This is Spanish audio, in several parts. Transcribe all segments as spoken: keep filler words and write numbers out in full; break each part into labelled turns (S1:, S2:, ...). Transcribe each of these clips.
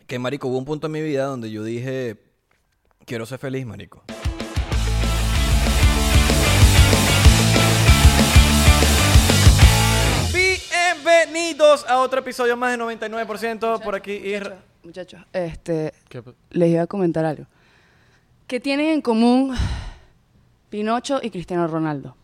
S1: que, marico, hubo un punto en mi vida donde yo dije, quiero ser feliz, marico. Bienvenidos a otro episodio más de noventa y nueve por ciento. Muchachos, por aquí. Isra.
S2: Muchachos, este, les iba a comentar algo. ¿Qué tienen en común Pinocho y Cristiano Ronaldo?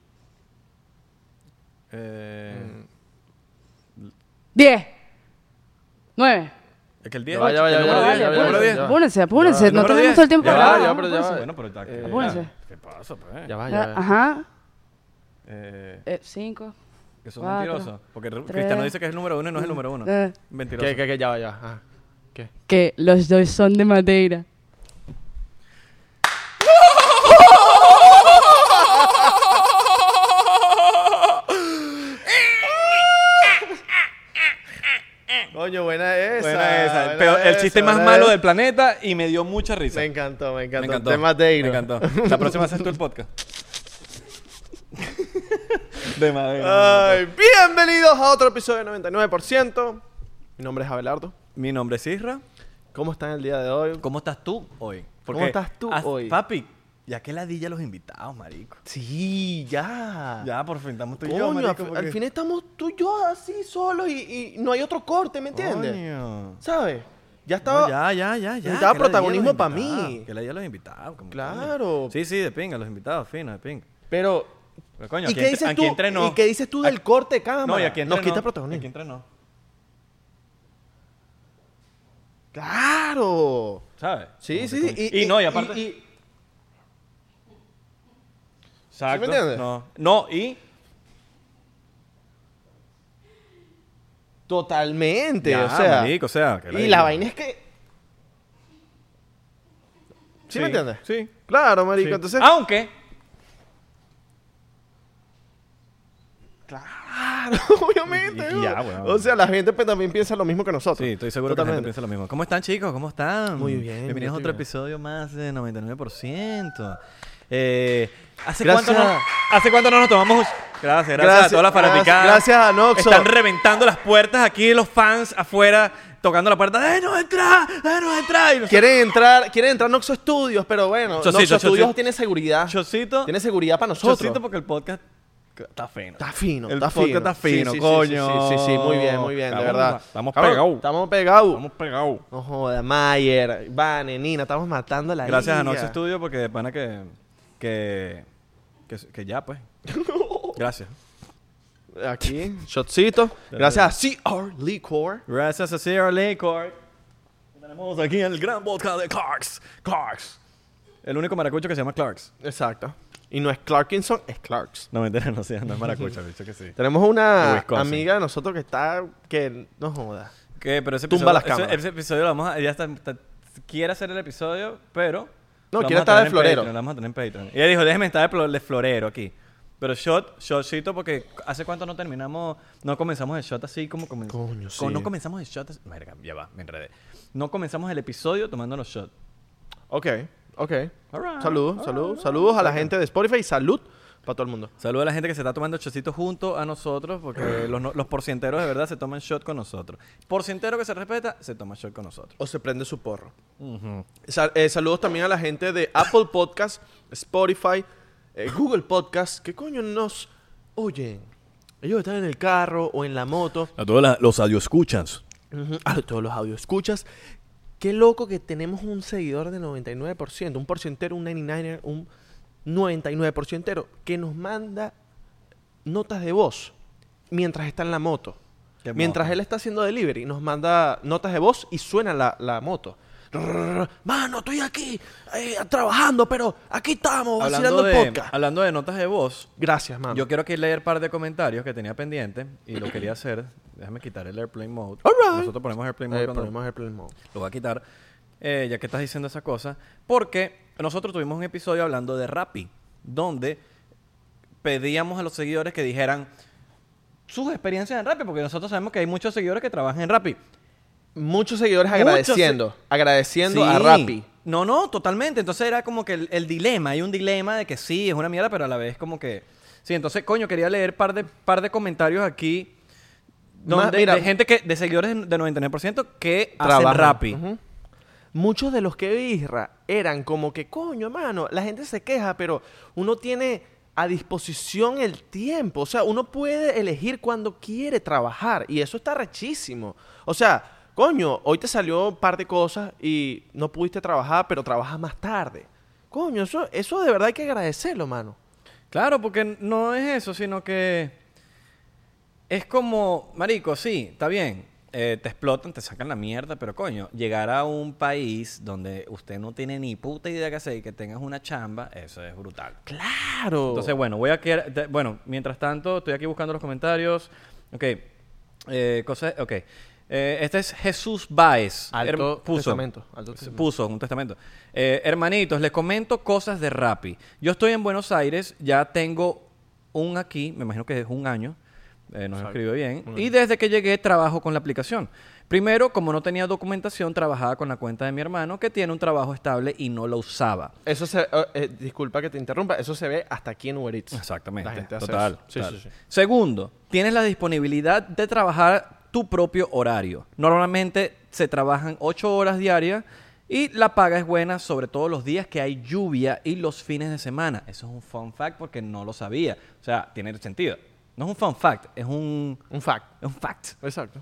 S1: Eh...
S2: Diez. Nueve.
S1: Es que el diez.
S3: Ya va, ya va, ya va, ya va, ya va.
S2: Apúrense, apúrense. No tenemos todo el tiempo
S3: para
S2: para
S3: hablar. Ya va, pero ya va.
S1: Bueno, pero ya.
S3: Eh,
S2: apúrense.
S1: ¿Qué pasa, pues?
S3: Ya va, ya va.
S2: Ajá.
S1: Eh...
S2: Eh, cinco.
S1: Que son
S2: Cuatro,
S1: mentirosos. Porque
S2: tres,
S1: Cristiano dice que es el número uno y no es el número uno.
S2: Eh,
S1: Mentiroso.
S3: ¿Qué, qué, qué? Ya va, ya va. Ah, ¿qué?
S2: que los dos son de Madeira.
S3: Coño, buena esa.
S1: Buena esa.
S3: buena
S1: Pero el
S3: esa,
S1: chiste más
S3: buena
S1: malo
S3: esa.
S1: del planeta y me dio mucha risa.
S3: Me encantó, me encantó.
S1: Me encantó.
S3: De Madeira.
S1: Me encantó. La próxima haces tú el podcast. De Madeira.
S3: Ay, bienvenidos a otro episodio de noventa y nueve por ciento. Mi nombre es Abelardo.
S1: Mi nombre es Isra.
S3: ¿Cómo están el día de hoy?
S1: ¿Cómo estás tú hoy?
S3: ¿Cómo estás tú
S1: haz-
S3: hoy?
S1: Papi, ya que ladilla los invitados, marico.
S3: Sí, ya.
S1: Ya, por fin estamos tú y
S3: Coño,
S1: yo,
S3: al,
S1: marico.
S3: fi-
S1: porque-
S3: al fin estamos tú y yo así solos y, y no hay otro corte, ¿me entiendes?
S1: Coño.
S3: ¿Sabes? Ya estaba...
S1: No, ya, ya, ya, ya.
S3: necesitaba
S1: Que ladilla
S3: protagonismo
S1: los
S3: pa'
S1: invitados,
S3: mí.
S1: Que le los invitados. como
S3: Claro.
S1: coño. Sí, sí, de pinga, los invitados, fino, de pinga.
S3: Pero...
S1: Pero, coño,
S3: ¿Y
S1: aquí
S3: qué
S1: entre-
S3: dices
S1: aquí
S3: tú?
S1: entrenó.
S3: ¿Y qué dices tú del corte de cámara?
S1: No, y aquí
S3: Nos
S1: entrenó.
S3: quita protagonismo.
S1: Aquí entrenó.
S3: ¡Claro!
S1: ¿Sabes?
S3: Sí,
S1: Como
S3: sí.
S1: que coño.
S3: Y,
S1: Y no, y aparte-
S3: y-
S1: Exacto.
S3: ¿Sí me entiendes?
S1: No, no, y...
S3: Totalmente,
S1: Ya,
S3: o sea...
S1: marico, o sea... que
S3: y
S1: ladilla.
S3: la vaina es que... ¿Sí, me entiendes?
S1: Sí.
S3: Claro, marico.
S1: Sí.
S3: Entonces...
S1: Aunque...
S3: Claro, obviamente.
S1: Y- y ya,
S3: ¿no?
S1: weón.
S3: O sea, la gente pues, también piensa lo mismo que nosotros.
S1: Sí, estoy seguro que la gente piensa lo mismo. ¿Cómo están, chicos? ¿Cómo están?
S3: Muy bien,
S1: Bienvenidos a
S3: yo
S1: otro
S3: estoy bien.
S1: episodio más de noventa y nueve por ciento. Eh, ¿hace,
S3: Gracias.
S1: cuánto no, ¿Hace cuánto no nos tomamos? un- Gracias, gracias, a todas las fanaticadas.
S3: Gracias a Noxo.
S1: Están reventando las puertas aquí, los fans afuera, tocando la puerta. ¡Déjenos entrar! ¡Déjenos entrar! Y nosotros-
S3: Quieren entrar, quieren entrar Noxo Studios, pero bueno,
S1: Chocito,
S3: Noxo
S1: chocito.
S3: Studios tiene seguridad.
S1: Chocito.
S3: Tiene seguridad para nosotros.
S1: Chocito porque el podcast está fino.
S3: Está fino,
S1: El
S3: está
S1: podcast
S3: fino.
S1: está fino,
S3: Sí, sí,
S1: coño.
S3: Sí, sí, sí, sí, muy bien, muy bien, de
S1: Estamos-
S3: verdad.
S1: estamos
S3: Cabrón,
S1: pegados.
S3: Estamos pegados.
S1: Estamos pegados.
S3: No joda, Mayer, Vane, Nina, estamos matando la
S1: Gracias a
S3: liga.
S1: Nox Studio porque de pana que, que, que, que ya pues. Gracias.
S3: Aquí, shotcito. Gracias a C R Liquor.
S1: Gracias a Sierra Licor. Tenemos aquí el gran vodka de Clarks. Clarks. El único maracucho que se llama Clarks.
S3: Exacto. Y no es Clarkinson, es Clarks.
S1: No me enteras, no sé, no es maracucho, bicho que sí.
S3: Tenemos
S1: De
S3: una
S1: Wisconsin.
S3: amiga de nosotros que está... que no joda.
S1: ¿Qué? Pero ese
S3: Tumba
S1: episodio,
S3: las
S1: ese,
S3: cámaras.
S1: ese episodio lo vamos a... Ella está, está- quiere hacer el episodio, pero...
S3: No,
S1: lo
S3: quiere
S1: vamos a
S3: estar
S1: tener
S3: de
S1: en
S3: florero.
S1: Patreon, lo vamos a tener en Patreon. Y ella dijo, déjeme estar de, plo- de florero aquí. Pero shot, shotcito, porque ¿hace cuánto no terminamos? No comenzamos el shot así como comenzamos.
S3: Coño, sí.
S1: No comenzamos el shot así. Verga, ya va, me enredé. No comenzamos el episodio tomando los shots.
S3: Ok, ok.
S1: Alright,
S3: Saludos,
S1: alright,
S3: saludos.
S1: alright.
S3: Saludos a la gente de Spotify y salud para todo el mundo.
S1: Saludos a la gente que se está tomando chocitos junto a nosotros, porque los, no- los porcienteros de verdad se toman shot con nosotros. Porcientero que se respeta, se toma shot con nosotros.
S3: O se prende su porro. Sa- eh, saludos también a la gente de Apple Podcast, Spotify, eh, Google Podcast. ¿Qué coño nos oyen? Ellos están en el carro o en la moto.
S1: A todos los audioscuchas.
S3: Ujú, a todos los audios escuchas. Qué loco que tenemos un seguidor de noventa y nueve por ciento, un porcientero, un noventa y nueve, un noventa y nueve por ciento que nos manda notas de voz mientras está en la moto.
S1: Qué
S3: Mientras
S1: mojo.
S3: él está haciendo delivery, nos manda notas de voz y suena la, la moto. Rrrr, Mano, estoy aquí eh, trabajando, pero aquí estamos
S1: Hablando
S3: vacilando el
S1: de,
S3: podcast.
S1: hablando de notas de voz,
S3: Gracias, mano.
S1: yo quiero aquí leer un par de comentarios que tenía pendiente y lo quería hacer. Déjame quitar el Airplane Mode.
S3: All right.
S1: Nosotros ponemos Airplane Mode
S3: Eh,
S1: cuando-
S3: ponemos Airplane Mode.
S1: Lo voy a quitar, eh, ya que estás diciendo esa cosa, porque nosotros tuvimos un episodio hablando de Rappi, donde pedíamos a los seguidores que dijeran sus experiencias en Rappi, porque nosotros sabemos que hay muchos seguidores que trabajan en Rappi.
S3: Muchos seguidores
S1: Muchos
S3: agradeciendo.
S1: se-
S3: Agradeciendo
S1: Sí.
S3: a Rappi.
S1: No, no, totalmente. Entonces era como que el, el dilema, hay un dilema de que sí, es una mierda, pero a la vez como que... Sí, entonces, coño, quería leer par de, par de comentarios aquí Donde,
S3: Más- mira,
S1: de gente que, de seguidores de noventa y nueve por ciento que hacen
S3: trabajan.
S1: Rappi.
S3: Ujú. Muchos de los que vi, Isra, eran como que, coño, mano, la gente se queja, pero uno tiene a disposición el tiempo. O sea, uno puede elegir cuando quiere trabajar. Y eso está rechísimo. O sea, coño, hoy te salió un par de cosas y no pudiste trabajar, pero trabajas más tarde. Coño, eso, eso de verdad hay que agradecerlo, mano.
S1: Claro, porque no es eso, sino que es como, marico, sí, está bien, eh, te explotan, te sacan la mierda, pero coño, llegar a un país donde usted no tiene ni puta idea qué hacer y que tengas una chamba, eso es brutal.
S3: ¡Claro!
S1: Entonces, bueno, voy a quedar, de- bueno, mientras tanto, estoy aquí buscando los comentarios. Ok, eh, cosas, ok. Eh, este es Jesús Báez.
S3: Alto
S1: Her- puso,
S3: testamento, alto testamento.
S1: Puso un testamento. Eh, hermanitos, les comento cosas de Rappi. Yo estoy en Buenos Aires, ya tengo un aquí, me imagino que es un año, eh, no se
S3: Exacto.
S1: escribe bien.
S3: Un
S1: Y
S3: año.
S1: desde que llegué trabajo con la aplicación. Primero, como no tenía documentación, trabajaba con la cuenta de mi hermano, que tiene un trabajo estable y no lo usaba.
S3: Eso se... eh, eh, disculpa que te interrumpa. Eso se ve hasta aquí en Uber Eats.
S1: Exactamente.
S3: La gente hace
S1: Total.
S3: eso. Sí,
S1: total.
S3: sí, sí.
S1: Segundo, tienes la disponibilidad de trabajar tu propio horario. Normalmente se trabajan ocho horas diarias y la paga es buena, sobre todo los días que hay lluvia y los fines de semana. Eso es un fun fact porque no lo sabía. O sea, tiene sentido. No es un fun fact, es un,
S3: Un fact.
S1: es un fact.
S3: Exacto.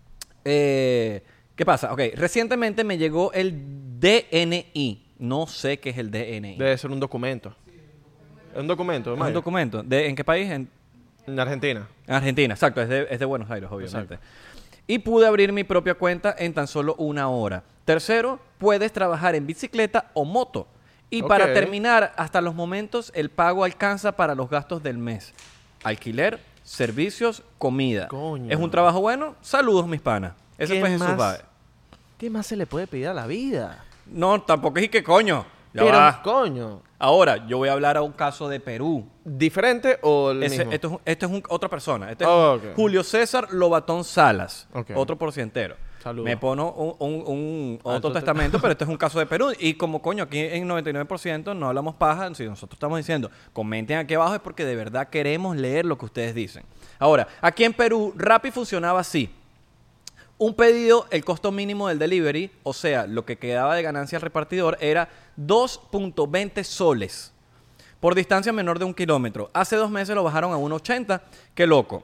S1: Eh, ¿Qué pasa? Ok, recientemente me llegó el D N I. No sé qué es el D N I.
S3: Debe ser un documento. Es un documento,
S1: ¿Es un
S3: Maya.
S1: documento? ¿De, ¿En qué país? En
S3: En Argentina.
S1: Argentina, exacto, es de, es de Buenos Aires, obviamente. Y pude abrir mi propia cuenta en tan solo una hora. Tercero, puedes trabajar en bicicleta o moto. Y
S3: Ok.
S1: para terminar, hasta los momentos, el pago alcanza para los gastos del mes. Alquiler, servicios, comida.
S3: Coño.
S1: ¿Es un trabajo bueno? Saludos, mis panas. Ese
S3: ¿Qué
S1: fue Jesús
S3: más?
S1: Báez.
S3: ¿Qué más se le puede pedir a la vida?
S1: No, tampoco es y que coño. Ya
S3: Pero,
S1: va.
S3: coño.
S1: Ahora, yo voy a hablar a un caso de Perú.
S3: ¿Diferente o el
S1: Ese-
S3: mismo?
S1: esto es, un- esto es un- otra persona. Este
S3: Oh,
S1: es
S3: ok.
S1: Julio César Lobatón Salas,
S3: Ok.
S1: otro porcientero.
S3: Saludos.
S1: Me pono un, un- un otro
S3: Alto te-
S1: testamento, pero este es un caso de Perú. Y como coño, aquí en noventa y nueve por ciento no hablamos paja, si nosotros estamos diciendo, comenten aquí abajo es porque de verdad queremos leer lo que ustedes dicen. Ahora, aquí en Perú, Rappi funcionaba así. Un pedido, el costo mínimo del delivery, o sea, lo que quedaba de ganancia al repartidor, era dos punto veinte soles por distancia menor de un kilómetro. Hace dos meses lo bajaron a uno ochenta. ¡Qué loco!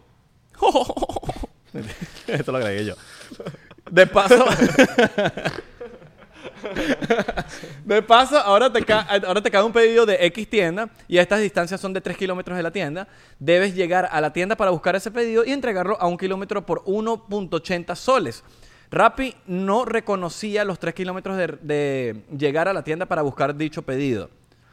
S1: Esto lo agregué yo. De paso... De paso, ahora te, ca- ahora te cae un pedido de X tienda y estas distancias son de tres kilómetros de la tienda. Debes llegar a la tienda para buscar ese pedido y entregarlo a un kilómetro por uno punto ochenta soles. Rappi no reconocía los tres kilómetros de, de llegar a la tienda para buscar dicho pedido.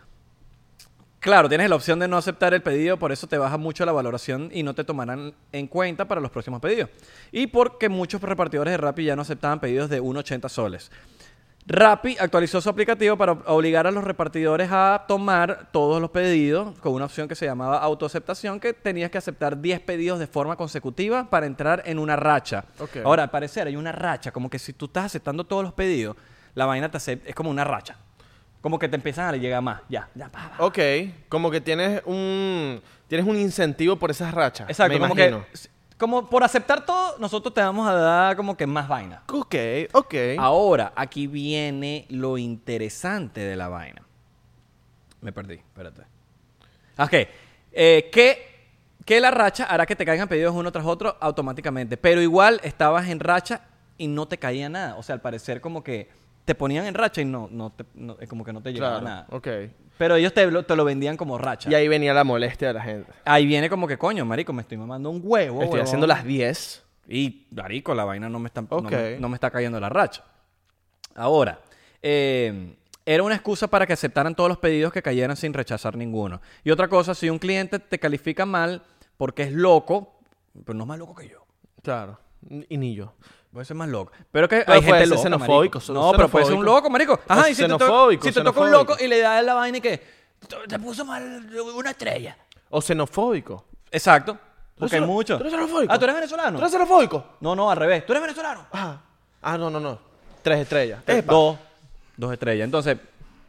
S1: Claro, tienes la opción de no aceptar el pedido, por eso te baja mucho la valoración y no te tomarán en cuenta para los próximos pedidos. Y porque muchos repartidores de Rappi ya no aceptaban pedidos de uno ochenta soles. Rappi actualizó su aplicativo para obligar a los repartidores a tomar todos los pedidos con una opción que se llamaba autoaceptación, que tenías que aceptar diez pedidos de forma consecutiva para entrar en una racha.
S3: Ok.
S1: Ahora, al parecer hay una racha, como que si tú estás aceptando todos los pedidos, la vaina te acepta, es como una racha. Como que te empiezan a llegar más, ya, ya, pa, pa.
S3: Ok. Como que tienes un... Tienes un incentivo por esas rachas.
S1: Exacto,
S3: me
S1: como
S3: imagino.
S1: que, como por aceptar todo, nosotros te vamos a dar como que más vaina.
S3: Ok, ok.
S1: Ahora, aquí viene lo interesante de la vaina. Me perdí, espérate. Ok. Eh, que, que la racha hará que te caigan pedidos uno tras otro automáticamente. Pero igual estabas en racha y no te caía nada. O sea, al parecer como que te ponían en racha y no, no, te, no como que no te llegaba
S3: Claro,
S1: nada.
S3: ok.
S1: Pero ellos te, lo- te lo vendían como racha.
S3: Y ahí venía la molestia de la gente.
S1: Ahí viene como que, coño, marico, me estoy mamando un huevo.
S3: Estoy
S1: huevón.
S3: haciendo las diez.
S1: Y, marico, la vaina no me está, no
S3: Ok.
S1: me- no me está cayendo la racha. Ahora, eh, era una excusa para que aceptaran todos los pedidos que cayeran sin rechazar ninguno. Y otra cosa, si un cliente te califica mal porque es loco, pues no es más loco que yo.
S3: Claro. Y ni yo.
S1: Puede ser más loco. Pero que
S3: Pero
S1: hay
S3: puede
S1: gente
S3: ser
S1: loca,
S3: xenofóbico,
S1: marico.
S3: son
S1: No, pero puede ser un
S3: xenofóbico.
S1: loco, marico. Ajá,
S3: O
S1: y si te, to-
S3: xenofóbico,
S1: si te toca un
S3: xenofóbico.
S1: loco y le da la vaina y que te te puso mal una estrella.
S3: O xenofóbico.
S1: Exacto.
S3: ¿Tú
S1: Porque
S3: eres
S1: hay
S3: xeno-
S1: mucho.
S3: tú eres xenofóbico?
S1: Ah, ¿tú eres venezolano?
S3: ¿Tú eres xenofóbico?
S1: No, no, al revés. ¿Tú eres venezolano?
S3: Ah. Ah, no, no, no. Tres estrellas.
S1: Eh,
S3: Epa.
S1: Dos. Dos estrellas. Entonces,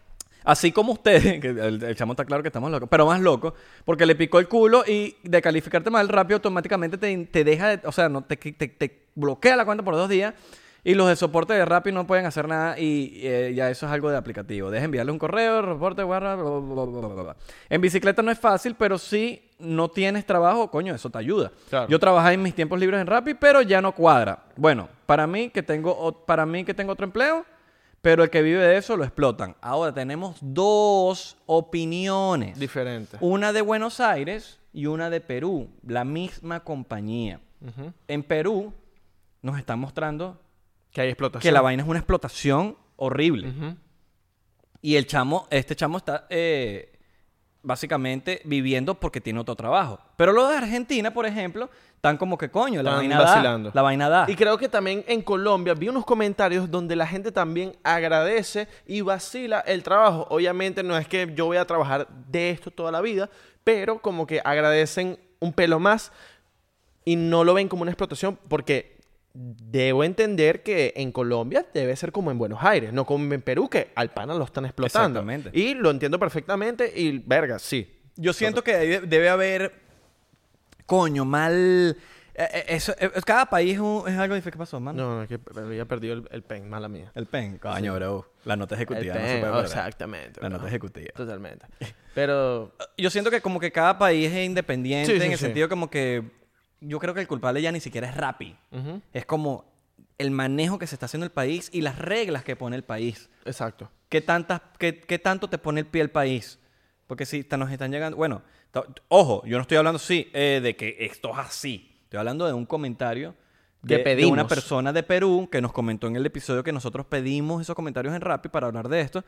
S1: Así como ustedes, que el, el chamo está claro que estamos locos, pero más locos, porque le picó el culo y de calificarte mal rápido automáticamente te, te deja, de, o sea, no te, te, te bloquea la cuenta por dos días y los de soporte de Rappi no pueden hacer nada y eh, ya eso es algo de aplicativo. Deja enviarle un correo, reporte, guarda, bla, bla, bla, bla, bla. En bicicleta no es fácil, pero sí no tienes trabajo, coño, eso te ayuda.
S3: Claro.
S1: Yo trabajaba en mis tiempos libres en Rappi, pero ya no cuadra. Bueno, para mí que tengo, para mí que tengo otro empleo, pero el que vive de eso lo explotan. Ahora tenemos dos opiniones.
S3: Diferentes.
S1: Una de Buenos Aires y una de Perú. La misma compañía.
S3: Uh-huh.
S1: En Perú nos están mostrando
S3: Que hay explotación.
S1: que la vaina es una explotación horrible.
S3: Uh-huh.
S1: Y el chamo, este chamo está eh, básicamente viviendo porque tiene otro trabajo. Pero los de Argentina, por ejemplo, están como que coño, la
S3: Están
S1: vaina
S3: vacilando.
S1: da. La vaina da.
S3: Y creo que también en Colombia vi unos comentarios donde la gente también agradece y vacila el trabajo. Obviamente no es que yo voy a trabajar de esto toda la vida, pero como que agradecen un pelo más y no lo ven como una explotación porque debo entender que en Colombia debe ser como en Buenos Aires, no como en Perú que al pana lo están explotando.
S1: Exactamente.
S3: Y lo entiendo perfectamente y verga, sí.
S1: Yo siento que debe, debe haber, coño, mal... eh, eh, eso, eh, cada país es, un- es algo diferente. ¿Qué pasó, mano?
S3: No, no, es que había perdido el, el pen, mala mía.
S1: El pen, coño, bro. La nota ejecutiva
S3: El
S1: no se
S3: pen,
S1: puede
S3: oh,
S1: perder.
S3: exactamente.
S1: La
S3: bro.
S1: nota ejecutiva.
S3: Totalmente. Pero
S1: Yo siento que como que cada país es independiente
S3: Sí, sí,
S1: en el
S3: sí.
S1: sentido como que... Yo creo que el culpable ya ni siquiera es Rappi.
S3: Ujú.
S1: Es como el manejo que se está haciendo el país y las reglas que pone el país.
S3: Exacto.
S1: ¿Qué, tantas, qué, qué tanto te pone el pie el país? Porque si ta- nos están llegando... Bueno, ta- ojo, yo no estoy hablando, sí, eh, de que esto es así. Estoy hablando de un comentario
S3: Que
S1: de, de
S3: pedimos.
S1: una persona de Perú que nos comentó en el episodio que nosotros pedimos esos comentarios en Rappi para hablar de esto.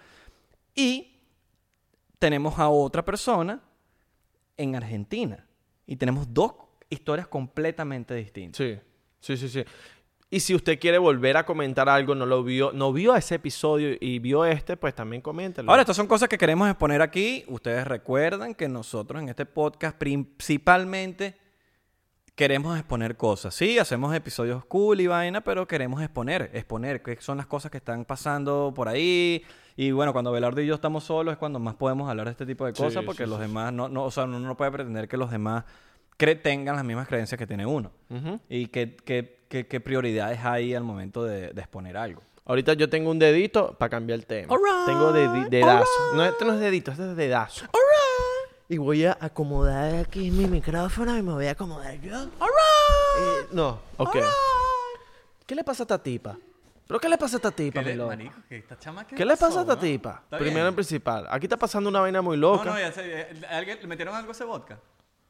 S1: Y tenemos a otra persona en Argentina. Y tenemos dos historias completamente distintas.
S3: Sí. Sí, sí, sí. Y si usted quiere volver a comentar algo, no lo vio, no vio ese episodio y vio este, pues también coméntelo.
S1: Ahora, estas son cosas que queremos exponer aquí. Ustedes recuerdan que nosotros en este podcast principalmente queremos exponer cosas. Sí, hacemos episodios cool y vaina, pero queremos exponer, exponer qué son las cosas que están pasando por ahí. Y bueno, cuando Belardo y yo estamos solos es cuando más podemos hablar de este tipo de
S3: Sí,
S1: cosas, porque
S3: sí,
S1: los
S3: sí,
S1: demás no, no, o sea, uno no puede pretender que los demás cre- tengan las mismas creencias que tiene uno.
S3: Ujú.
S1: Y qué, qué, qué, qué prioridades hay al momento de, de exponer algo.
S3: Ahorita yo tengo un dedito para cambiar el tema.
S1: Alright,
S3: Tengo dedi- dedazo. No, este no es dedito, este es dedazo. Y voy a acomodar aquí mi micrófono y me voy a acomodar yo. Eh, no, ok. ¿Qué le pasa a esta tipa? ¿Pero qué le pasa a esta tipa, mi loco? ¿Qué le pasa a esta tipa? Primero en principal. Aquí está pasando una vaina muy loca.
S1: No, no, ya sé. eh, ¿Alguien, ¿Le metieron algo a ese vodka?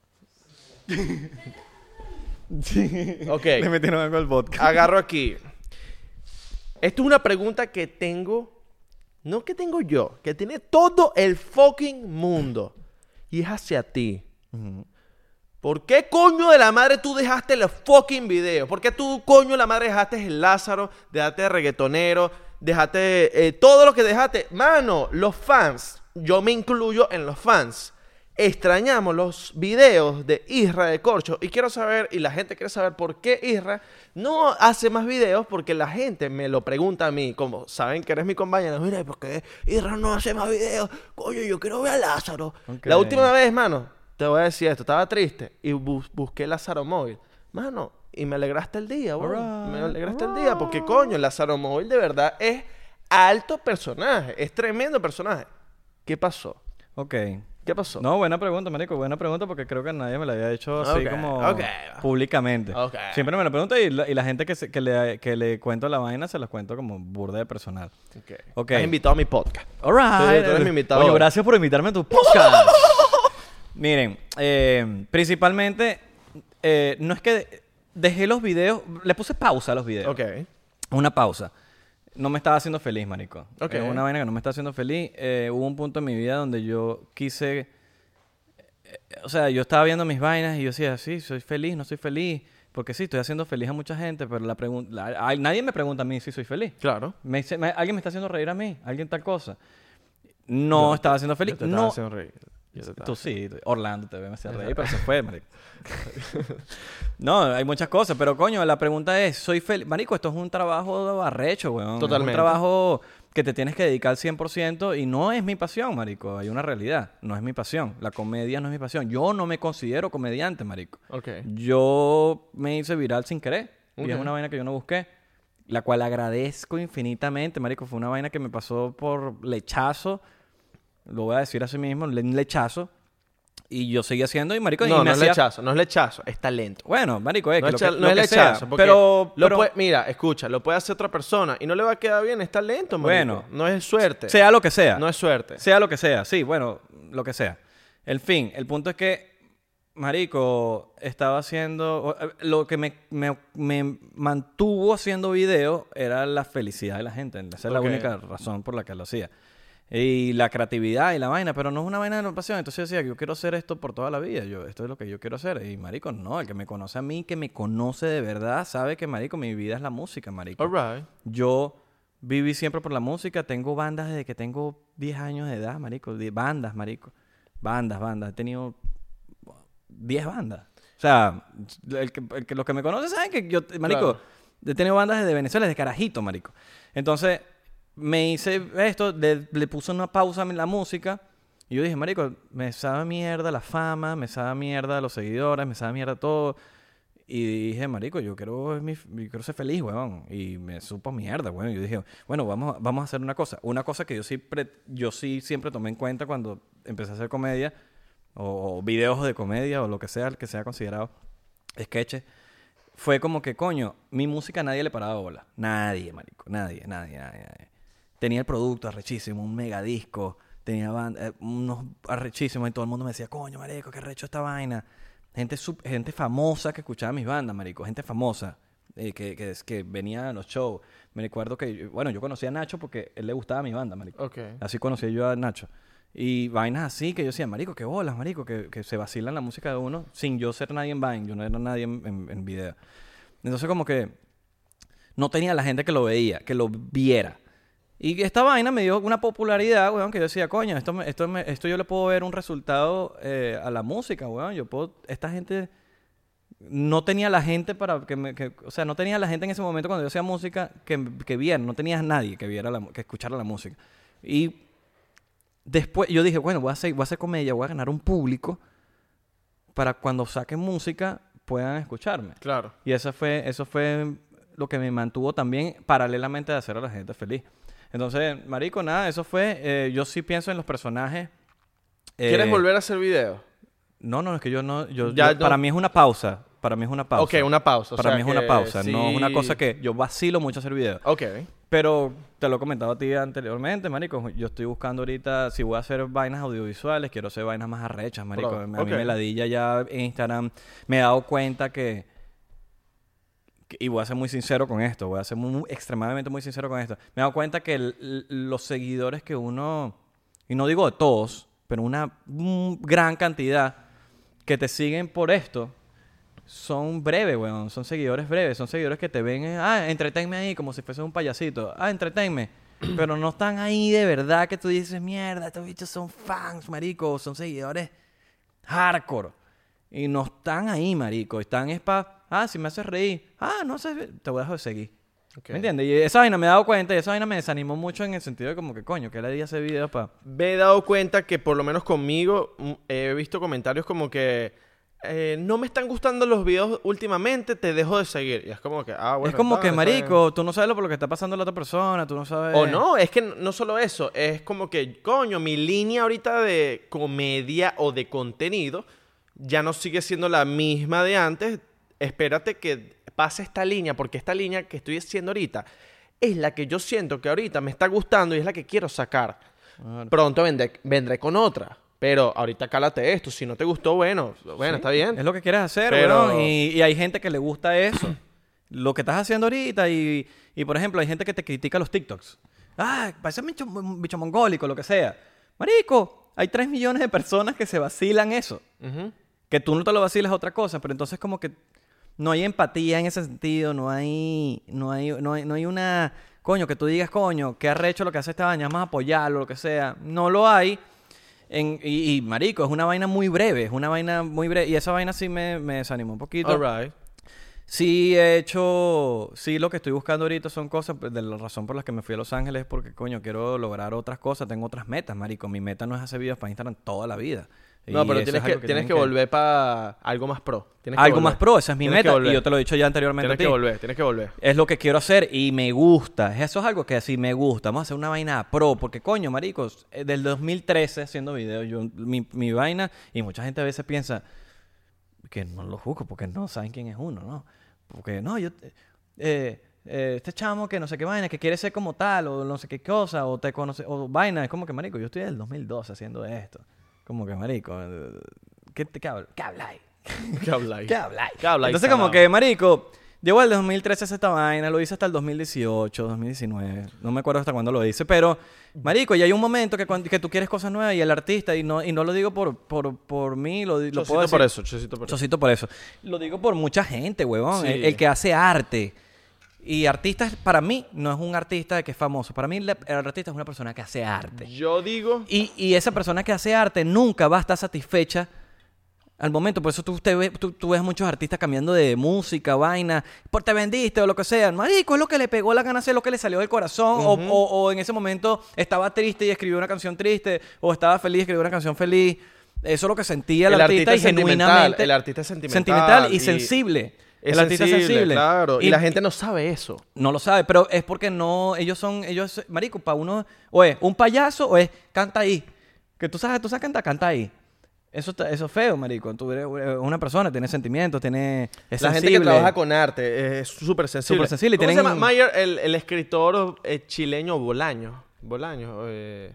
S3: Ok.
S1: Le metieron algo al vodka.
S3: Agarro aquí. Esto es una pregunta que tengo, no que tengo yo, que tiene todo el fucking mundo. Y es hacia ti. ¿Por qué coño de la madre tú dejaste los fucking videos? ¿Por qué tú coño de la madre dejaste el Lázaro, dejaste el reggaetonero, dejaste eh, todo lo que dejaste? Mano, los fans, yo me incluyo en los fans, extrañamos los videos de Isra de Corcho y quiero saber, y la gente quiere saber por qué Isra no hace más videos, porque la gente me lo pregunta a mí, como saben que eres mi compañero, mira, ¿por qué Isra no hace más videos? Coño, yo quiero ver a Lázaro.
S1: Ok.
S3: La última vez, mano, te voy a decir esto, estaba triste y bus- busqué Lázaro Móvil, mano, y me alegraste el día, bro.
S1: Alright,
S3: Me alegraste el día, porque coño, Lázaro Móvil de verdad es alto personaje, es tremendo personaje. ¿Qué pasó?
S1: Ok.
S3: ¿Qué pasó?
S1: No, buena pregunta, marico. Buena pregunta porque creo que nadie me la había hecho así
S3: Ok,
S1: como
S3: ok.
S1: públicamente.
S3: Ok.
S1: Siempre me lo pregunta y la, y la gente que, se- que, le, que le cuento la vaina se las cuento como burda de personal.
S3: Ok.
S1: Ok.
S3: Has invitado a mi podcast.
S1: All right.
S3: Tú eres mi invitado
S1: Coño,
S3: hoy.
S1: gracias por invitarme a tu podcast. Miren, eh, principalmente, eh, no es que dejé los videos, le puse pausa a los videos.
S3: Ok.
S1: Una pausa. No me estaba haciendo feliz, marico.
S3: Ok.
S1: Es una vaina que no me está haciendo feliz. Eh, hubo un punto en mi vida donde yo quise... eh, o sea, yo estaba viendo mis vainas y yo decía, sí, soy feliz, no soy feliz. Porque sí, estoy haciendo feliz a mucha gente, pero la pregun- la- ay, nadie me pregunta a mí si soy feliz.
S3: Claro.
S1: Me dice- me- alguien me está haciendo reír a mí, alguien tal cosa. No estaba haciendo feliz.
S3: Yo te estaba
S1: No,
S3: haciendo reír.
S1: Tú sí, Orlando te ve, me hacía reír, pero se fue, marico. No, hay muchas cosas, pero coño, la pregunta es, soy feliz. Marico, esto es un trabajo arrecho, weón.
S3: Totalmente.
S1: Es un trabajo que te tienes que dedicar al cien por ciento y no es mi pasión, marico. Hay una realidad, no es mi pasión. La comedia no es mi pasión. Yo no me considero comediante, marico.
S3: Okay.
S1: Yo me hice viral sin querer.
S3: Okay.
S1: Y es una vaina que yo no busqué. La cual agradezco infinitamente, marico. Fue una vaina que me pasó por lechazo. Lo voy a decir así mismo, un lechazo. Y yo seguí haciendo y, marico...
S3: No,
S1: y me
S3: no es
S1: hacía...
S3: lechazo. No es lechazo. Es talento.
S1: Bueno, marico, es
S3: No
S1: que
S3: es,
S1: lo
S3: cha-
S1: que,
S3: no
S1: lo
S3: es
S1: que
S3: lechazo.
S1: sea.
S3: Porque
S1: Pero,
S3: lo
S1: pero
S3: puede- mira, escucha. Lo puede hacer otra persona. Y no le va a quedar bien. Es talento, marico.
S1: Bueno.
S3: No es suerte.
S1: sea lo que sea.
S3: No es suerte.
S1: Sea lo que sea. Sí, bueno, lo que sea. El fin, el punto es que, marico, estaba haciendo... Lo que me, me, me mantuvo haciendo video era la felicidad de la gente. Esa es
S3: Ok.
S1: la única razón por la que lo hacía. Y la creatividad y la vaina, pero no es una vaina de pasión. Entonces yo decía que yo quiero hacer esto por toda la vida. Yo, esto es lo que yo quiero hacer. Y, marico, no. El que me conoce a mí, que me conoce de verdad, sabe que, marico, mi vida es la música, marico.
S3: All right.
S1: Yo viví siempre por la música. Tengo bandas desde que tengo diez años de edad, marico. Die- Bandas, marico. Bandas, bandas. He tenido diez bandas. O sea, el que, el que- los que me conocen saben que yo, marico,
S3: Claro.
S1: he tenido bandas desde Venezuela, desde carajito, marico. Entonces, me hice esto, le, le puse una pausa a la música. Y yo dije, marico, me sabe mierda la fama, me sabe mierda los seguidores, me sabe mierda todo. Y dije, marico, yo quiero, mi- yo quiero ser feliz, weón. Y me supo mierda, weón. Y yo dije, bueno, vamos, a- vamos a hacer una cosa. Una cosa que yo sí, pre- yo sí siempre tomé en cuenta cuando empecé a hacer comedia, o, o videos de comedia, o lo que sea, el que sea considerado sketches, fue como que, coño, mi música nadie le paraba bola. Nadie, marico. Nadie, nadie, nadie, nadie. Tenía el producto arrechísimo, un megadisco. Tenía banda, eh, unos arrechísimos y todo el mundo me decía, coño, marico, qué arrecho esta vaina. Gente, sub- gente famosa que escuchaba mis bandas, marico. Gente famosa eh, que, que, que venía a los shows. Me recuerdo que, bueno, yo conocí a Nacho porque él le gustaba mi banda, marico.
S3: Ok.
S1: Así conocí yo a Nacho. Y vainas así que yo decía, marico, qué bolas, marico, que, que se vacilan la música de uno sin yo ser nadie en Vine. Yo no era nadie en, en, en video. Entonces como que no tenía la gente que lo veía, que lo viera. Y esta vaina me dio una popularidad, weón, que yo decía, coño, esto, me- esto, me- esto yo le puedo ver un resultado eh, a la música, weón. Yo puedo... Esta gente... No tenía la gente para que me... Que, o sea, no tenía la gente en ese momento cuando yo hacía música que, que viera. No tenía nadie que viera la, mu- que escuchara la música. Y después yo dije, bueno, voy a hacer, voy a hacer comedia, voy a ganar un público para cuando saque música puedan escucharme.
S3: Claro.
S1: Y eso fue, eso fue lo que me mantuvo también paralelamente de hacer a la gente feliz. Entonces, marico, nada, eso fue... eh, yo sí pienso en los personajes. eh,
S3: ¿Quieres volver a hacer video?
S1: No, no, es que yo no... Yo,
S3: Ya
S1: yo-
S3: no-
S1: Para mí es una pausa. Para mí es una pausa.
S3: Ok, una pausa. o
S1: Para
S3: sea
S1: mí es una
S3: que
S1: pausa.
S3: sí-
S1: No es una cosa que... Yo vacilo mucho hacer videos.
S3: Ok.
S1: Pero te lo he comentado a ti anteriormente, marico. Yo estoy buscando ahorita... Si voy a hacer vainas audiovisuales, quiero hacer vainas más arrechas, marico.
S3: Bro,
S1: A mí
S3: ok.
S1: me ladilla ya en Instagram. Me he dado cuenta que... que- Y voy a ser muy sincero con esto. Voy a ser muy, extremadamente muy sincero con esto. Me he dado cuenta que el- l- los seguidores que uno... Y no digo de todos, pero una mm, gran cantidad que te siguen por esto... Son breves, weón. Son seguidores breves. Son seguidores que te ven... eh, ah, entretenme ahí como si fuese un payasito. Ah, entretenme. Pero no están ahí de verdad que tú dices... Mierda, estos bichos son fans, marico. Son seguidores hardcore. Y no están ahí, marico. Están es pa... Ah, si me haces reír. Ah, no sé... Te voy a dejar de seguir.
S3: Ok.
S1: ¿Me entiendes? Y esa vaina me he dado cuenta. Y esa vaina me desanimó mucho en el sentido de como que... Coño, que le di ese video pa...
S3: Me he dado cuenta que por lo menos conmigo mm, he visto comentarios como que eh, no me están gustando los videos últimamente, te dejo de seguir. Y es como que, ah, bueno.
S1: es como
S3: está,
S1: que,
S3: está bien.
S1: marico... Tú no sabes lo por lo que está pasando a la otra persona. Tú no sabes...
S3: O no, es que no solo eso, es como que, coño, mi línea ahorita de comedia o de contenido ya no sigue siendo la misma de antes. Espérate que pase esta línea, porque esta línea que estoy haciendo ahorita es la que yo siento que ahorita me está gustando y es la que quiero sacar.
S1: Claro.
S3: Pronto vendré, vendré con otra, pero ahorita cálate esto. Si no te gustó, bueno, bueno,
S1: Sí,
S3: está bien.
S1: Es lo que quieres hacer,
S3: Pero-
S1: weón. Y, y hay gente que le gusta eso. Lo que estás haciendo ahorita. Y, y, por ejemplo, hay gente que te critica los TikToks. Ah, parece un bicho, un bicho mongólico, lo que sea. Marico, hay tres millones de personas que se vacilan eso.
S3: Ujú.
S1: Que tú no te lo vacilas otra cosa. Pero entonces como que no hay empatía en ese sentido. No hay, no hay, no hay, no hay una... Coño, que tú digas, coño, qué arrecho lo que hace esta vaina. Vamos a apoyarlo, lo que sea. No lo hay. En, y, y, marico, es una vaina muy breve, es una vaina muy breve. Y esa vaina sí me, me desanimó un poquito.
S3: All right.
S1: Sí he hecho... Sí, lo que estoy buscando ahorita son cosas... pues, de la razón por la que me fui a Los Ángeles es porque, coño, quiero lograr otras cosas. Tengo otras metas, marico. Mi meta no es hacer videos para Instagram toda la vida.
S3: No,
S1: Y
S3: pero
S1: eso
S3: tienes
S1: es
S3: que,
S1: algo
S3: tienes que,
S1: que
S3: volver para algo más pro. Tienes que
S1: Algo
S3: volver.
S1: más pro, esa es mi
S3: Tienes que
S1: meta.
S3: volver.
S1: Y yo te lo he dicho ya anteriormente
S3: Tienes
S1: a ti.
S3: que volver, tienes que volver.
S1: Es lo que quiero hacer y me gusta. Eso es algo que así me gusta. Vamos a hacer una vaina pro. Porque, coño, maricos, eh, del dos mil trece haciendo videos, yo, mi, mi vaina, y mucha gente a veces piensa que no lo juzgo porque no saben quién es uno, ¿no? Porque, no, yo... Eh, eh, este chamo que no sé qué vaina, que quiere ser como tal, o no sé qué cosa, o te conoce, o vaina. Es como que, marico, yo estoy del dos mil doce haciendo esto. Como que, marico, eh, ¿qué, qué, habl ¿qué habláis?
S3: ¿Qué habláis?
S1: ¿Qué habláis?
S3: ¿Qué habláis?
S1: Entonces, como que, marico, llevo al dos mil trece hacer esta vaina, lo hice hasta el dos mil dieciocho, dos mil diecinueve, no me acuerdo hasta cuándo lo hice, pero, marico, ya hay un momento que, cuando, que tú quieres cosas nuevas y el artista, y no, y no lo digo por, por, por mí, lo, lo puedo decir.
S3: por eso, chocito por eso.
S1: Chocito por eso. Lo digo por mucha gente, huevón,
S3: Sí.
S1: el, el que hace arte. Y artista, para mí, no es un artista que es famoso. Para mí, el artista es una persona que hace arte.
S3: Yo digo...
S1: Y, y esa persona que hace arte nunca va a estar satisfecha al momento. Por eso tú, te ves, tú, tú ves muchos artistas cambiando de música, vaina, por te vendiste o lo que sea. Marico, es lo que le pegó la gana hacer, lo que le salió del corazón.
S3: Uh-huh.
S1: o, o, o en ese momento estaba triste y escribió una canción triste. O estaba feliz y escribió una canción feliz. Eso es lo que sentía el,
S3: El
S1: artista,
S3: artista
S1: y
S3: es sentimental,
S1: genuinamente...
S3: el artista es sentimental
S1: Sentimental y,
S3: y-
S1: sensible.
S3: Es
S1: el artista es sensible.
S3: claro. Y, la gente no sabe eso.
S1: No lo sabe, pero es porque no, ellos son, ellos, marico, para uno, o es un payaso o es canta ahí. Que tú sabes, tú sabes cantar, canta ahí. Eso, está- eso es feo, marico. Tú eres una persona, tiene sentimientos, tiene, es
S3: La gente
S1: sensible.
S3: que trabaja con arte es súper sensible.
S1: Súper sensible y
S3: ¿Cómo
S1: tienen-
S3: se llama? Mayer, el, el escritor eh, chileño Bolaño. Bolaño. Eh,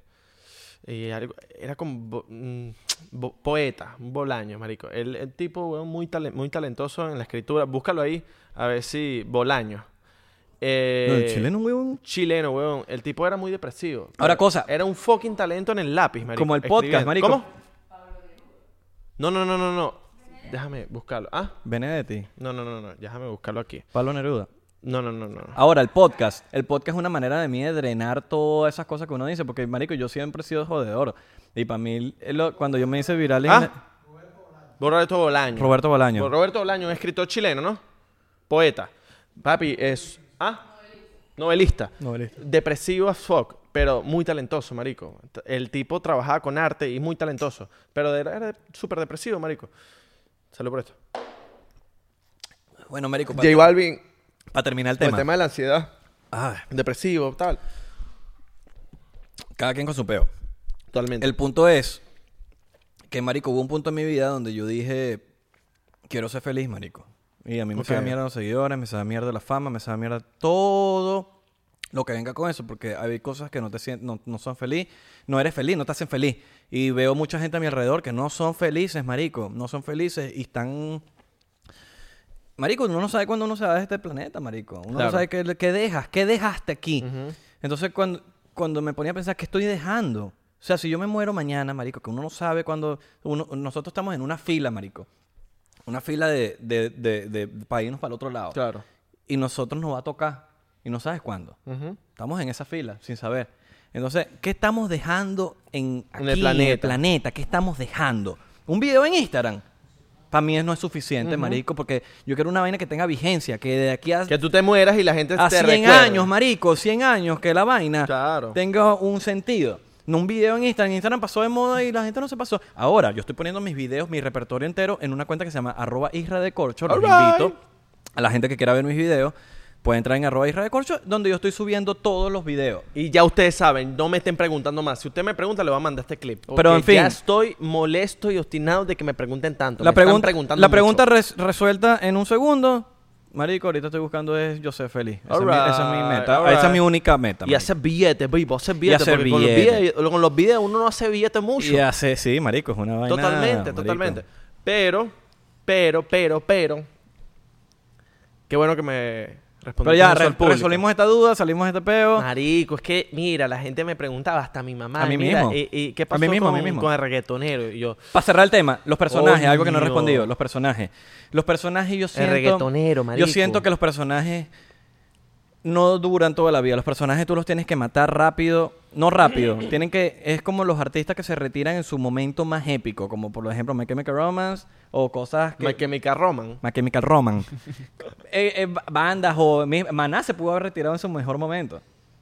S3: y algo- era como bo- mm, bo- poeta, un Bolaño, marico. El, el tipo, weón, muy, talen- muy talentoso en la escritura. Búscalo ahí, a ver si... Bolaño. Eh,
S1: No, el chileno, huevón.
S3: Chileno, weón. El tipo era muy depresivo.
S1: Ahora,
S3: Pero
S1: cosa.
S3: Era un fucking talento en el lápiz, marico.
S1: Como el podcast,
S3: escribiendo.
S1: marico.
S3: ¿Cómo? No, no, no, no, no. Déjame buscarlo. Ah,
S1: Benedetti,
S3: no, no, no, no. Déjame buscarlo aquí.
S1: Pablo Neruda.
S3: No, no, no, no.
S1: Ahora, el podcast. El podcast es una manera de mí de drenar todas esas cosas que uno dice. Porque, marico, yo siempre he sido jodedor. Y para mí, es lo- cuando yo me hice viral... en-
S3: Ah, Roberto Bolaño.
S1: Roberto Bolaño.
S3: Roberto Bolaño, un escritor chileno, ¿no? Poeta. Papi, es... Ah, novelista.
S1: Novelista.
S3: Depresivo as fuck, pero muy talentoso, marico. El tipo trabajaba con arte y muy talentoso. Pero era, era súper depresivo, marico. Salud por esto.
S1: Bueno, marico,
S3: J Balvin,
S1: para terminar el
S3: con
S1: tema.
S3: el tema de la ansiedad.
S1: Ah,
S3: Depresivo, tal.
S1: cada quien con su peo.
S3: Totalmente.
S1: El punto es que, marico, hubo un punto en mi vida donde yo dije, quiero ser feliz, marico. Y a mí me
S3: Ok.
S1: sabe mierda los seguidores, me sabe mierda la fama, me sabe mierda todo lo que venga con eso, porque hay cosas que no te sienten, no, no son feliz, no eres feliz, no te hacen feliz. Y veo mucha gente a mi alrededor que no son felices, marico, no son felices y están... Marico, uno no sabe cuándo uno se va de este planeta, marico. Uno
S3: Claro.
S1: no sabe qué, qué dejas, qué dejaste aquí.
S3: Ujú.
S1: Entonces, cuando, cuando me ponía a pensar, ¿qué estoy dejando? O sea, si yo me muero mañana, marico, que uno no sabe cuándo... Uno, nosotros estamos en una fila, marico. Una fila de, de, de, de, para irnos para el otro lado.
S3: Claro.
S1: Y nosotros nos va a tocar. Y no sabes cuándo.
S3: Ujú.
S1: Estamos en esa fila, sin saber. Entonces, ¿qué estamos dejando en, aquí,
S3: En el planeta.
S1: en el planeta? ¿Qué estamos dejando? ¿Un video en Instagram? Para mí no es suficiente, marico, porque yo quiero una vaina que tenga vigencia, que de aquí a...
S3: Que tú te mueras y la gente
S1: A
S3: te
S1: cien
S3: recuerde.
S1: años, marico, cien años, que la vaina
S3: Claro.
S1: tenga un sentido. No un video en Instagram. Instagram pasó de moda y la gente no se pasó. Ahora, yo estoy poniendo mis videos, mi repertorio entero en una cuenta que se llama arroba isra de corcho. Los
S3: All right.
S1: invito a la gente que quiera ver mis videos. Puede entrar en arroba isra de corcho, donde yo estoy subiendo todos los videos.
S3: Y ya ustedes saben, no me estén preguntando más. Si usted me pregunta, le voy a mandar este clip.
S1: Pero, en
S3: Porque
S1: fin.
S3: ya estoy molesto y obstinado de que me pregunten tanto.
S1: La
S3: Me están
S1: pregunta,
S3: preguntando
S1: la
S3: mucho.
S1: pregunta res- resuelta en un segundo. Marico, ahorita estoy buscando es yo ser feliz. Esa, es mi, esa es mi
S3: Alright,
S1: meta.
S3: alright.
S1: Esa es mi única meta.
S3: Y
S1: marico.
S3: hacer billetes, vivo, hacer billetes.
S1: hacer
S3: porque con los,
S1: billetes.
S3: videos, con los videos uno no hace billetes mucho.
S1: Y hace, sí, marico, es una vaina.
S3: Totalmente,
S1: marico.
S3: totalmente. Pero, pero, pero, pero. Qué bueno que me respondiste
S1: Pero ya,
S3: eso
S1: re-
S3: al público.
S1: resolvimos esta duda, salimos de este peo.
S3: Marico, es que, mira, la gente me preguntaba, hasta mi mamá.
S1: A mí
S3: mira,
S1: mismo.
S3: ¿y, y qué
S1: A
S3: pasó
S1: mí mismo, a
S3: con,
S1: mí mismo.
S3: con el reggaetonero? Y yo,
S1: Para cerrar el tema, los personajes, algo que no he
S3: Coño.
S1: respondido. Los personajes. Los personajes yo siento...
S3: reggaetonero, marico.
S1: Yo siento que los personajes no duran toda la vida. Los personajes tú los tienes que matar rápido. No rápido. Tienen que... Es como los artistas que se retiran en su momento más épico. Como por ejemplo My Chemical Romance o cosas que...
S3: My Chemical Romance.
S1: My Chemical Romance. eh, eh, bandas o... Maná se pudo haber retirado en su mejor momento.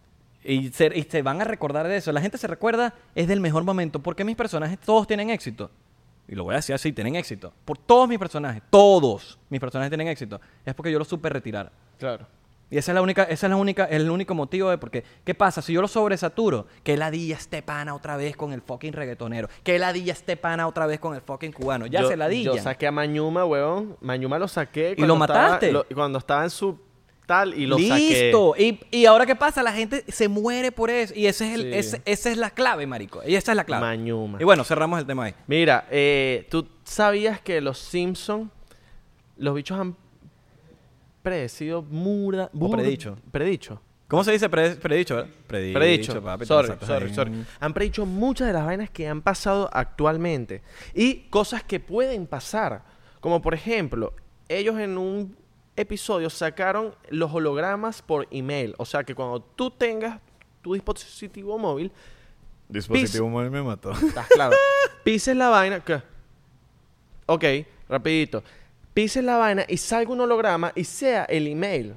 S1: Y se, y se van a recordar de eso. La gente se recuerda es del mejor momento. Porque mis personajes todos tienen éxito. Y lo voy a decir así, tienen éxito. Por todos mis personajes. Todos mis personajes tienen éxito. Es porque yo los supe retirar.
S3: Claro.
S1: Y esa es la única, esa es la única, es el único motivo de por qué. ¿Qué pasa? Si yo lo sobresaturo, que ladilla este pana otra vez con el fucking reggaetonero, que ladilla este pana otra vez con el fucking cubano. Ya
S3: yo,
S1: se ladilla.
S3: Yo saqué a Mañuma, weón. Mañuma lo saqué.
S1: ¿Y lo mataste?
S3: Estaba, lo, cuando estaba en su tal y lo
S1: ¡Listo!
S3: saqué.
S1: Y, y ahora ¿qué pasa? La gente se muere por eso. Y ese es el,
S3: Sí.
S1: ese, esa es la clave, marico. Y esa es la clave.
S3: Mañuma.
S1: Y bueno, cerramos el tema ahí.
S3: Mira, eh, ¿tú sabías que los Simpsons, los bichos han predecido mura,
S1: O
S3: burda-
S1: predicho.
S3: Predicho.
S1: ¿Cómo se dice pre- predicho? ¿verdad? Predicho,
S3: Predicho.
S1: papi,
S3: sorry,
S1: te lo sacas
S3: sorry,
S1: ahí.
S3: sorry. Han predicho muchas de las vainas que han pasado actualmente. Y cosas que pueden pasar. Como por ejemplo, ellos en un episodio sacaron los hologramas por email. O sea que cuando tú tengas tu dispositivo móvil,
S1: Dispositivo móvil me mató.
S3: estás claro, pises la vaina. ¿Qué? Ok, rapidito. Pises la vaina y salga un holograma y sea el email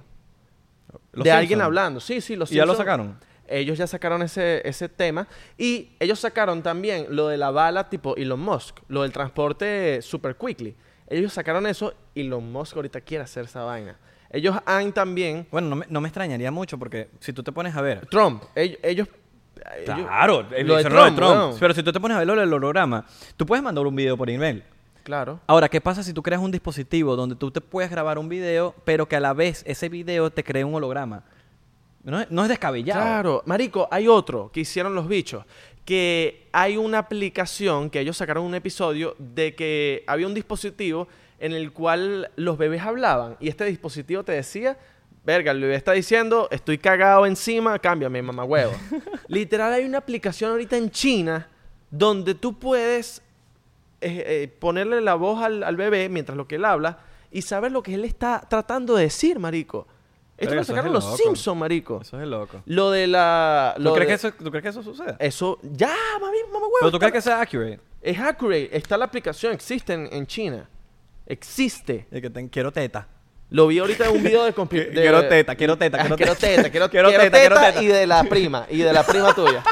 S1: Los
S3: de alguien
S1: Simpsons.
S3: hablando. Sí, sí, los
S1: ¿Y ya lo
S3: Simpsons-
S1: sacaron?
S3: Ellos ya sacaron ese, ese tema. Y ellos sacaron también lo de la bala tipo Elon Musk. Lo del transporte super quickly. Ellos sacaron eso y Elon Musk ahorita quiere hacer esa vaina. Ellos han también...
S1: Bueno, no me, no me extrañaría mucho porque si tú te pones a ver...
S3: Trump. Ellos... ellos ellos-
S1: Claro,
S3: lo
S1: lo
S3: de
S1: de
S3: Trump,
S1: Trump.
S3: weón.
S1: Pero si tú te pones a ver lo del holograma, tú puedes mandar un video por email.
S3: Claro.
S1: Ahora, ¿qué pasa si tú creas un dispositivo donde tú te puedes grabar un video, pero que a la vez ese video te cree un holograma? No es, no es descabellado.
S3: Claro, marico, hay otro que hicieron los bichos, que hay una aplicación que ellos sacaron un episodio de que había un dispositivo en el cual los bebés hablaban y este dispositivo te decía, verga, el bebé está diciendo, estoy cagado encima, cámbiame, mamá huevo. Literal, hay una aplicación ahorita en China donde tú puedes eh, eh, ponerle la voz al, al bebé mientras lo que él habla y saber lo que él está tratando de decir, marico. Esto
S1: Verga,
S3: lo
S1: eso es
S3: sacaron
S1: de
S3: los
S1: loco.
S3: Simpsons, marico.
S1: Eso es de loco.
S3: Lo de la...
S1: ¿Tú
S3: lo
S1: crees,
S3: de-
S1: que eso, ¿Tú crees que eso sucede?
S3: Eso... Ya, mami, mamá huevo.
S1: ¿Pero tú
S3: está-
S1: crees que sea accurate?
S3: Es accurate. Está la aplicación. Existe en, en China. Existe.
S1: Y que te, quiero teta.
S3: Lo vi ahorita en un video de... conspi- de-
S1: Quiero teta, quiero teta,
S3: Ah,
S1: quiero
S3: quiero
S1: teta.
S3: teta. Quiero,
S1: Quiero
S3: quiero
S1: teta, quiero
S3: teta
S1: teta.
S3: y de la prima. Y de la prima tuya.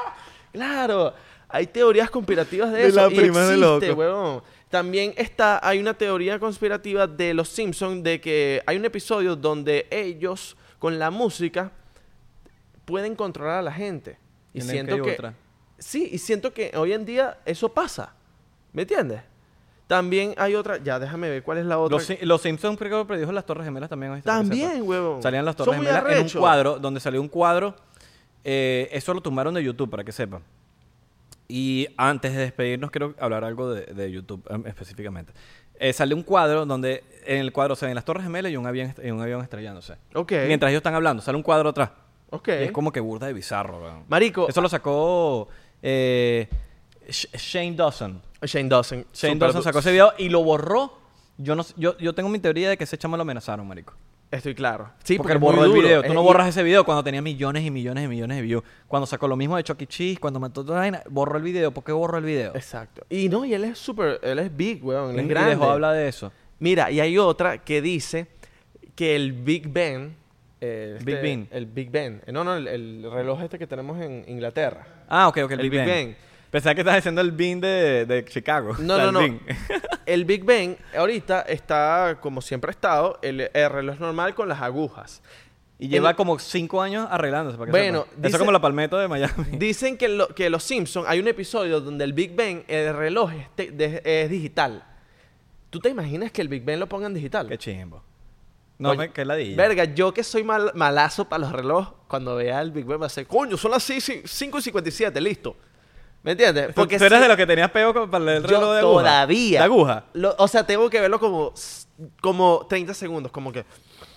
S3: Claro. Hay teorías conspirativas de,
S1: De
S3: eso.
S1: la
S3: y
S1: prima de
S3: existe,
S1: loco.
S3: huevón. También está... Hay una teoría conspirativa de los Simpsons de que hay un episodio donde ellos, con la música, pueden controlar a la gente. Y
S1: En el
S3: siento
S1: hay
S3: que...
S1: otra.
S3: Sí, y siento que hoy en día eso pasa. ¿Me entiendes? También hay otra... Ya, déjame ver cuál es la otra.
S1: Los, Si- los Simpsons creo que predijo las Torres Gemelas también. ¿oíste? Para que
S3: También,
S1: sepas.
S3: huevón.
S1: Salían las
S3: Son
S1: Torres
S3: muy
S1: Gemelas en un
S3: arrechos.
S1: cuadro, donde salió un cuadro. Eh, eso lo tumbaron de YouTube, para que sepan. Y antes de despedirnos, quiero hablar algo de, de YouTube em, específicamente. Eh, sale un cuadro donde en el cuadro se ven las Torres Gemelas y un avión, est- y un avión estrellándose.
S3: Ok.
S1: Mientras ellos están hablando, sale un cuadro atrás.
S3: Ok.
S1: Y es como que burda de bizarro, weón.
S3: Marico...
S1: Eso lo sacó eh, Sh- Shane Dawson.
S3: Shane Dawson.
S1: Shane
S3: Super-
S1: Dawson sacó ese video y lo borró. Yo no, yo, yo tengo mi teoría de que ese chamo lo amenazaron, marico.
S3: Estoy claro. Sí,
S1: porque él
S3: es muy
S1: borró el
S3: duro.
S1: video. Tú
S3: Es-
S1: no
S3: y-
S1: borras ese video cuando tenía millones y millones y millones de views. Cuando sacó lo mismo de Chucky Cheese, cuando mató toda la vaina, borró el video. ¿Por qué borró el video?
S3: Exacto. Y no, y él es súper... Él es big, weón. Él
S1: Y
S3: es grande.
S1: dejó de hablar de eso.
S3: Mira, y hay otra que dice que el Big Ben... eh,
S1: Big
S3: este-
S1: Ben.
S3: El Big Ben. Eh, No, no, el, el reloj este que tenemos en Inglaterra.
S1: Ah, ok, ok, el,
S3: El
S1: Big,
S3: Big
S1: Ben.
S3: Ben.
S1: Pensaba que estabas diciendo el Bean de, de Chicago.
S3: No,
S1: O sea,
S3: no,
S1: el
S3: no.
S1: Bean.
S3: El Big Ben ahorita está, como siempre ha estado, el, el reloj normal con las agujas.
S1: Y lleva
S3: El-
S1: como cinco años arreglándose. Para que
S3: Bueno,
S1: sepa.
S3: dice-
S1: Eso es como la palmeta de Miami.
S3: Dicen que, lo, que los Simpsons hay un episodio donde el Big Ben, el reloj es, te- de- es digital. ¿Tú te imaginas que el Big Ben lo pongan digital?
S1: Qué chimbo. No,
S3: Oye,
S1: me, qué ladilla.
S3: Verga, yo que soy mal- malazo para los relojes, cuando vea el Big Ben va a ser, coño, son las cinco y cincuenta y siete, listo. ¿Me entiendes?
S1: ¿Tú, tú eres
S3: si-
S1: de los que tenías pego con- para el reloj
S3: yo
S1: de aguja?
S3: todavía.
S1: ¿De aguja?
S3: Lo- o sea, tengo que verlo como, como treinta segundos, como que...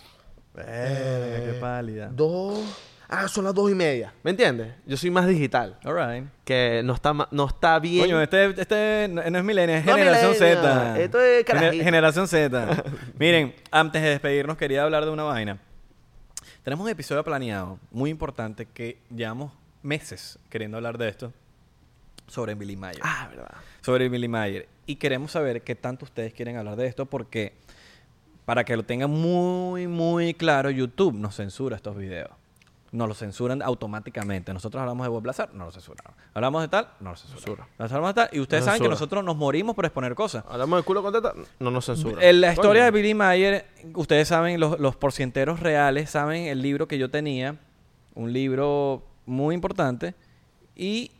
S1: Verga, qué pálida.
S3: Dos... Ah, son las dos y media. ¿Me entiendes? Yo soy más digital.
S1: All right.
S3: Que no está, ma- no está bien.
S1: Coño, este, este no no es milenio, es
S3: No,
S1: generación
S3: millennial.
S1: Z.
S3: Esto es
S1: Gener-
S3: carajito.
S1: generación Z. Miren, antes de despedirnos quería hablar de una vaina. Tenemos un episodio planeado muy importante que llevamos meses queriendo hablar de esto. Sobre Billy Mayer.
S3: Ah, verdad.
S1: Sobre Billy Mayer. Y queremos saber qué tanto ustedes quieren hablar de esto porque, para que lo tengan muy, muy claro, YouTube nos censura estos videos. Nos lo censuran automáticamente. Nosotros hablamos de Bob Lazar, no lo censuran. Hablamos de tal, no lo censuran. Hablamos de tal, y ustedes
S3: No
S1: saben
S3: censura.
S1: que nosotros nos morimos por exponer cosas.
S3: Hablamos de culo con teta, no nos censura.
S1: En la historia
S3: Coño.
S1: de Billy Mayer, ustedes saben, los, los porcienteros reales saben el libro que yo tenía. Un libro muy importante. Y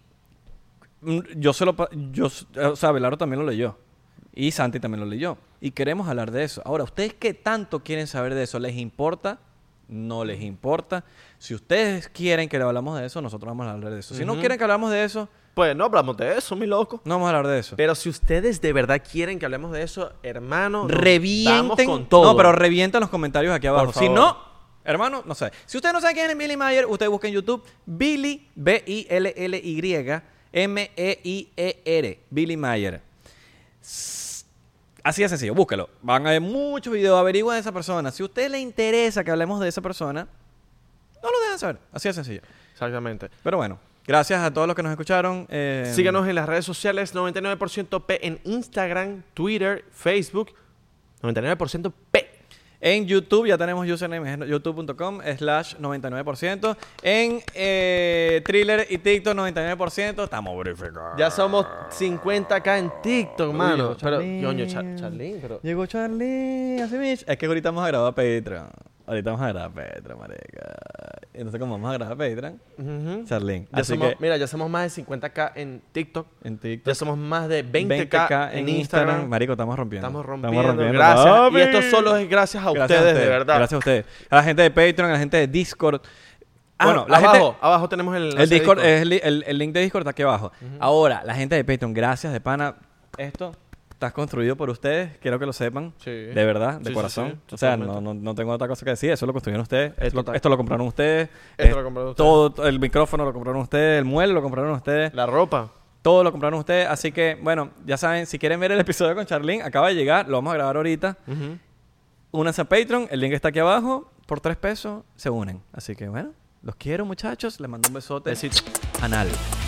S1: yo se lo... pa- Yo, o sea, Belardo también lo leyó. Y Santi también lo leyó. Y queremos hablar de eso. Ahora, ¿ustedes qué tanto quieren saber de eso? ¿Les importa? No les importa. Si ustedes quieren que le hablamos de eso, nosotros vamos a hablar de eso. Si no
S3: Ujú.
S1: quieren que hablamos de eso,
S3: Pues no hablamos de eso, mi loco.
S1: no vamos a hablar de eso.
S3: Pero si ustedes de verdad quieren que hablemos de eso, hermano, nos
S1: Revienten.
S3: vamos con todo.
S1: No, pero revienten los comentarios aquí abajo.
S3: Por
S1: Si
S3: favor.
S1: no, hermano, no sé. Si ustedes no saben quién es Billy Mayer, ustedes busquen en YouTube Billy, B I L L Y, M E I E R, Billy Mayer. S- Así de sencillo, búsquelo. Van a ver muchos videos, averigüen de esa persona. Si a ustedes les interesa que hablemos de esa persona, no lo dejan saber. Así de sencillo.
S3: Exactamente.
S1: Pero bueno, gracias a todos los que nos escucharon. Eh,
S3: Síganos en las redes sociales, noventa y nueve por ciento P en Instagram, Twitter, Facebook. noventa y nueve por ciento P.
S1: En YouTube ya tenemos username, es youtube.com slash noventa y nueve por ciento. En eh, Thriller y TikTok noventa y nueve por ciento. Estamos verificados.
S3: Ya somos cincuenta k en TikTok, mano.
S1: llegó
S3: Pero,
S1: Charlene.
S3: coño, Char- Charlene, pero...
S1: Llegó Charlie, así mismo. Es que ahorita vamos a grabar Patreon. Ahorita vamos a grabar Patreon, marica. Entonces, como vamos a grabar Patreon,
S3: Ujú.
S1: Charlene.
S3: Ya
S1: Así
S3: somos,
S1: que
S3: mira, ya somos más de cincuenta k en TikTok.
S1: en TikTok.
S3: Ya somos más de veinte k, en Instagram.
S1: Marico, estamos rompiendo.
S3: Estamos rompiendo.
S1: Estamos
S3: Gracias.
S1: papi.
S3: Y esto solo es gracias a
S1: Gracias
S3: ustedes, de verdad.
S1: Gracias a ustedes. A la gente de Patreon, a la gente de Discord.
S3: Ah,
S1: bueno, la
S3: abajo,
S1: gente...
S3: abajo tenemos el,
S1: El
S3: enlace de
S1: Discord, es el, li- el- el link de Discord está aquí abajo. Ahora, la gente de Patreon, gracias de pana. Esto está construido por ustedes, quiero que lo sepan.
S3: Sí.
S1: De verdad, de
S3: Sí, sí,
S1: corazón.
S3: sí,
S1: o sea,
S3: totalmente.
S1: no, no, no tengo otra cosa que decir. Eso lo construyeron ustedes.
S3: Es
S1: Esto, lo-
S3: total.
S1: esto lo compraron ustedes.
S3: Esto
S1: Es-
S3: lo compraron ustedes.
S1: Todo, el micrófono lo compraron ustedes. El mueble lo compraron ustedes.
S3: La ropa.
S1: Todo lo compraron ustedes. Así que, bueno, ya saben, si quieren ver el episodio con Charlene, acaba de llegar. Lo vamos a grabar ahorita.
S3: Ujú.
S1: Únanse a Patreon. El link está aquí abajo. Por tres pesos se unen. Así que, bueno, los quiero, muchachos. Les mando un besote
S3: Besito.
S1: anal.